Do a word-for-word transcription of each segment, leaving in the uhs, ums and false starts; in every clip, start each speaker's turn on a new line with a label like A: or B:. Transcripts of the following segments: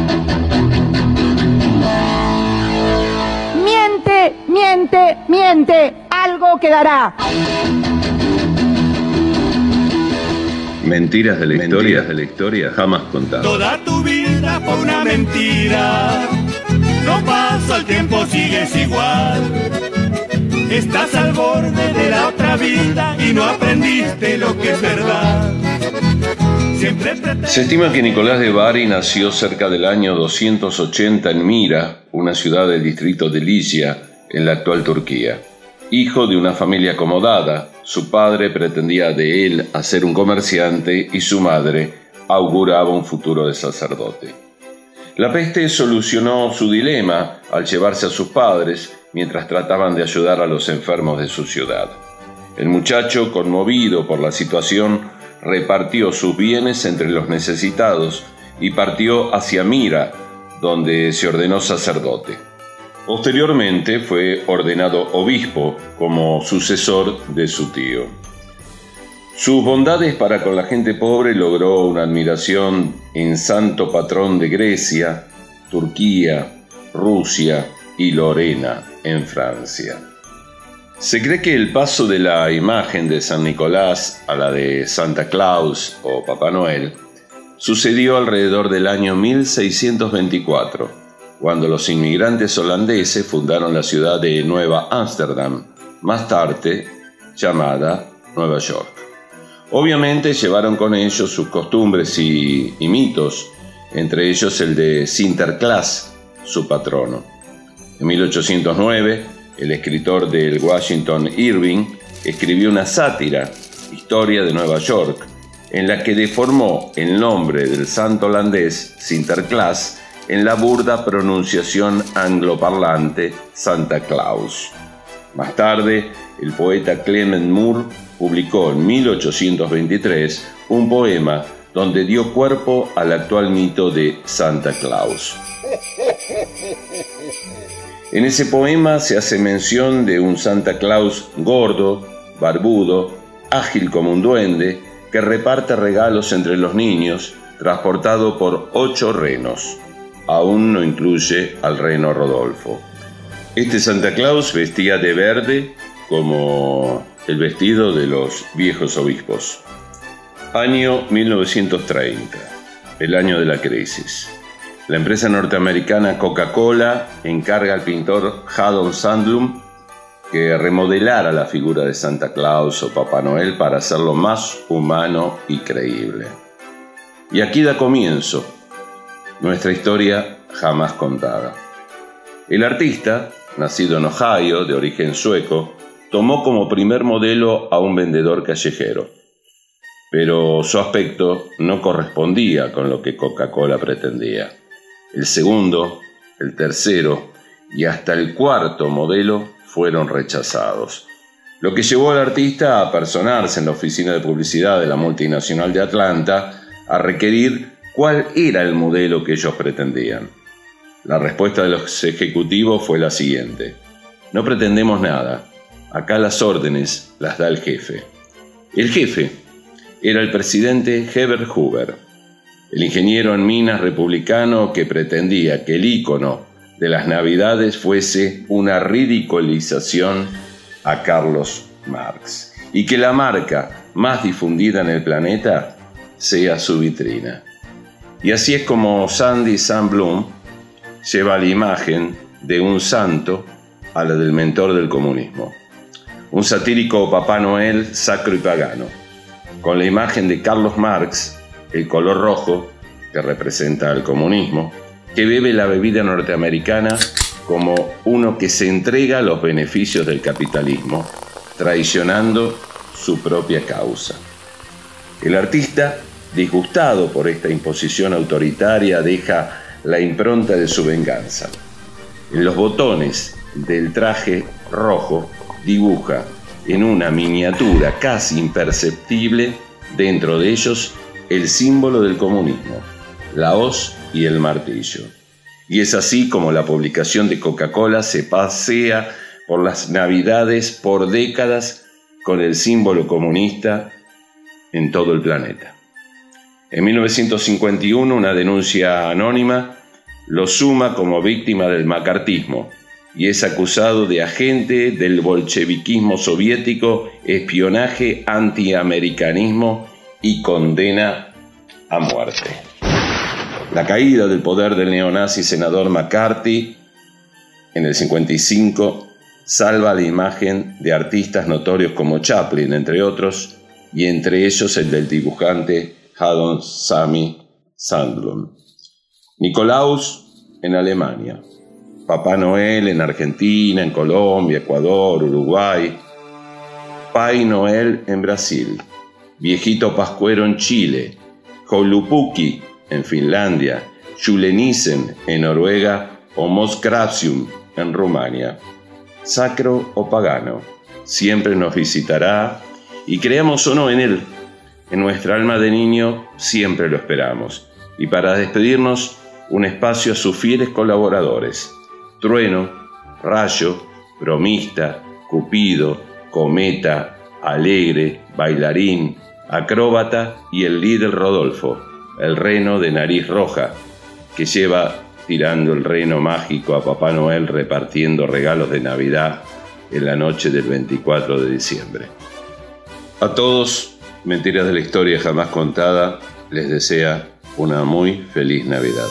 A: Miente, miente, miente, algo quedará.
B: Mentiras de la historia, Mentiras de la historia jamás contadas.
C: Toda tu vida fue una mentira. No pasa el tiempo, sigues igual. Estás al borde de la otra vida y no aprendiste lo que es verdad. Siempre pretend...
B: Se estima que Nicolás de Bari nació cerca del año doscientos ochenta en Mira, una ciudad del distrito de Licia, en la actual Turquía. Hijo de una familia acomodada, su padre pretendía de él hacer un comerciante y su madre auguraba un futuro de sacerdote. La peste solucionó su dilema al llevarse a sus padres mientras trataban de ayudar a los enfermos de su ciudad. El muchacho, conmovido por la situación, repartió sus bienes entre los necesitados y partió hacia Mira, donde se ordenó sacerdote. Posteriormente fue ordenado obispo como sucesor de su tío. Sus bondades para con la gente pobre logró una admiración en santo patrón de Grecia, Turquía, Rusia y Lorena en Francia. Se cree que el paso de la imagen de San Nicolás a la de Santa Claus o Papá Noel sucedió alrededor del año mil seiscientos veinticuatro, cuando los inmigrantes holandeses fundaron la ciudad de Nueva Ámsterdam, más tarde llamada Nueva York. Obviamente llevaron con ellos sus costumbres y, y mitos, entre ellos el de Sinterklaas, su patrono. En mil ochocientos nueve, el escritor del Washington Irving escribió una sátira, Historia de Nueva York, en la que deformó el nombre del santo holandés Sinterklaas en la burda pronunciación angloparlante Santa Claus. Más tarde, el poeta Clement Moore publicó en mil ochocientos veintitrés un poema donde dio cuerpo al actual mito de Santa Claus. En ese poema se hace mención de un Santa Claus gordo, barbudo, ágil como un duende, que reparte regalos entre los niños, transportado por ocho renos. Aún no incluye al reno Rodolfo. Este Santa Claus vestía de verde como el vestido de los viejos obispos. Año mil novecientos treinta, el año de la crisis. La empresa norteamericana Coca-Cola encarga al pintor Haddon Sandblum que remodelara la figura de Santa Claus o Papá Noel para hacerlo más humano y creíble. Y aquí da comienzo nuestra historia jamás contada. El artista, nacido en Ohio, de origen sueco, tomó como primer modelo a un vendedor callejero, pero su aspecto no correspondía con lo que Coca-Cola pretendía. El segundo, el tercero y hasta el cuarto modelo fueron rechazados, lo que llevó al artista a personarse en la oficina de publicidad de la multinacional de Atlanta a requerir cuál era el modelo que ellos pretendían. La respuesta de los ejecutivos fue la siguiente: no pretendemos nada, acá las órdenes las da el jefe. El jefe era el presidente Herbert Hoover, el ingeniero en minas republicano que pretendía que el ícono de las Navidades fuese una ridiculización a Carlos Marx y que la marca más difundida en el planeta sea su vitrina. Y así es como Sandy Sandblum lleva la imagen de un santo a la del mentor del comunismo, un satírico Papá Noel sacro y pagano, con la imagen de Carlos Marx, el color rojo que representa al comunismo, que bebe la bebida norteamericana como uno que se entrega a los beneficios del capitalismo, traicionando su propia causa. El artista, disgustado por esta imposición autoritaria, deja la impronta de su venganza. En los botones del traje rojo dibuja en una miniatura casi imperceptible, dentro de ellos, el símbolo del comunismo, la hoz y el martillo. Y es así como la publicación de Coca-Cola se pasea por las Navidades por décadas con el símbolo comunista en todo el planeta. En mil novecientos cincuenta y uno, una denuncia anónima lo suma como víctima del macartismo y es acusado de agente del bolcheviquismo soviético, espionaje, antiamericanismo y condena a muerte. La caída del poder del neonazi senador McCarthy en el cincuenta y cinco salva la imagen de artistas notorios como Chaplin, entre otros, y entre ellos el del dibujante Haddon Sami Sandlund. Nicolaus en Alemania, Papá Noel en Argentina, en Colombia, Ecuador, Uruguay, Pai Noel en Brasil, Viejito Pascuero en Chile, Joulupuki en Finlandia, Julenissen en Noruega o Moskrasium en Rumania. Sacro o pagano, siempre nos visitará y creamos o no en él, en nuestra alma de niño siempre lo esperamos. Y para despedirnos, un espacio a sus fieles colaboradores: Trueno, Rayo, Bromista, Cupido, Cometa, Alegre, Bailarín, Acróbata y el líder Rodolfo, el reno de nariz roja, que lleva tirando el reno mágico a Papá Noel repartiendo regalos de Navidad en la noche del veinticuatro de diciembre. A todos, Mentiras de la Historia Jamás Contada les desea una muy feliz Navidad.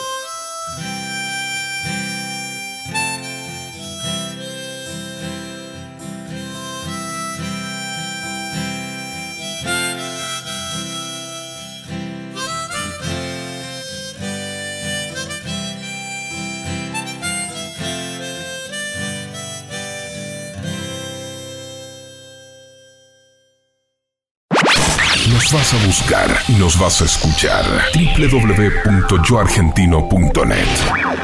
D: Nos vas a buscar y nos vas a escuchar. doble u doble u doble u punto yo argentino punto net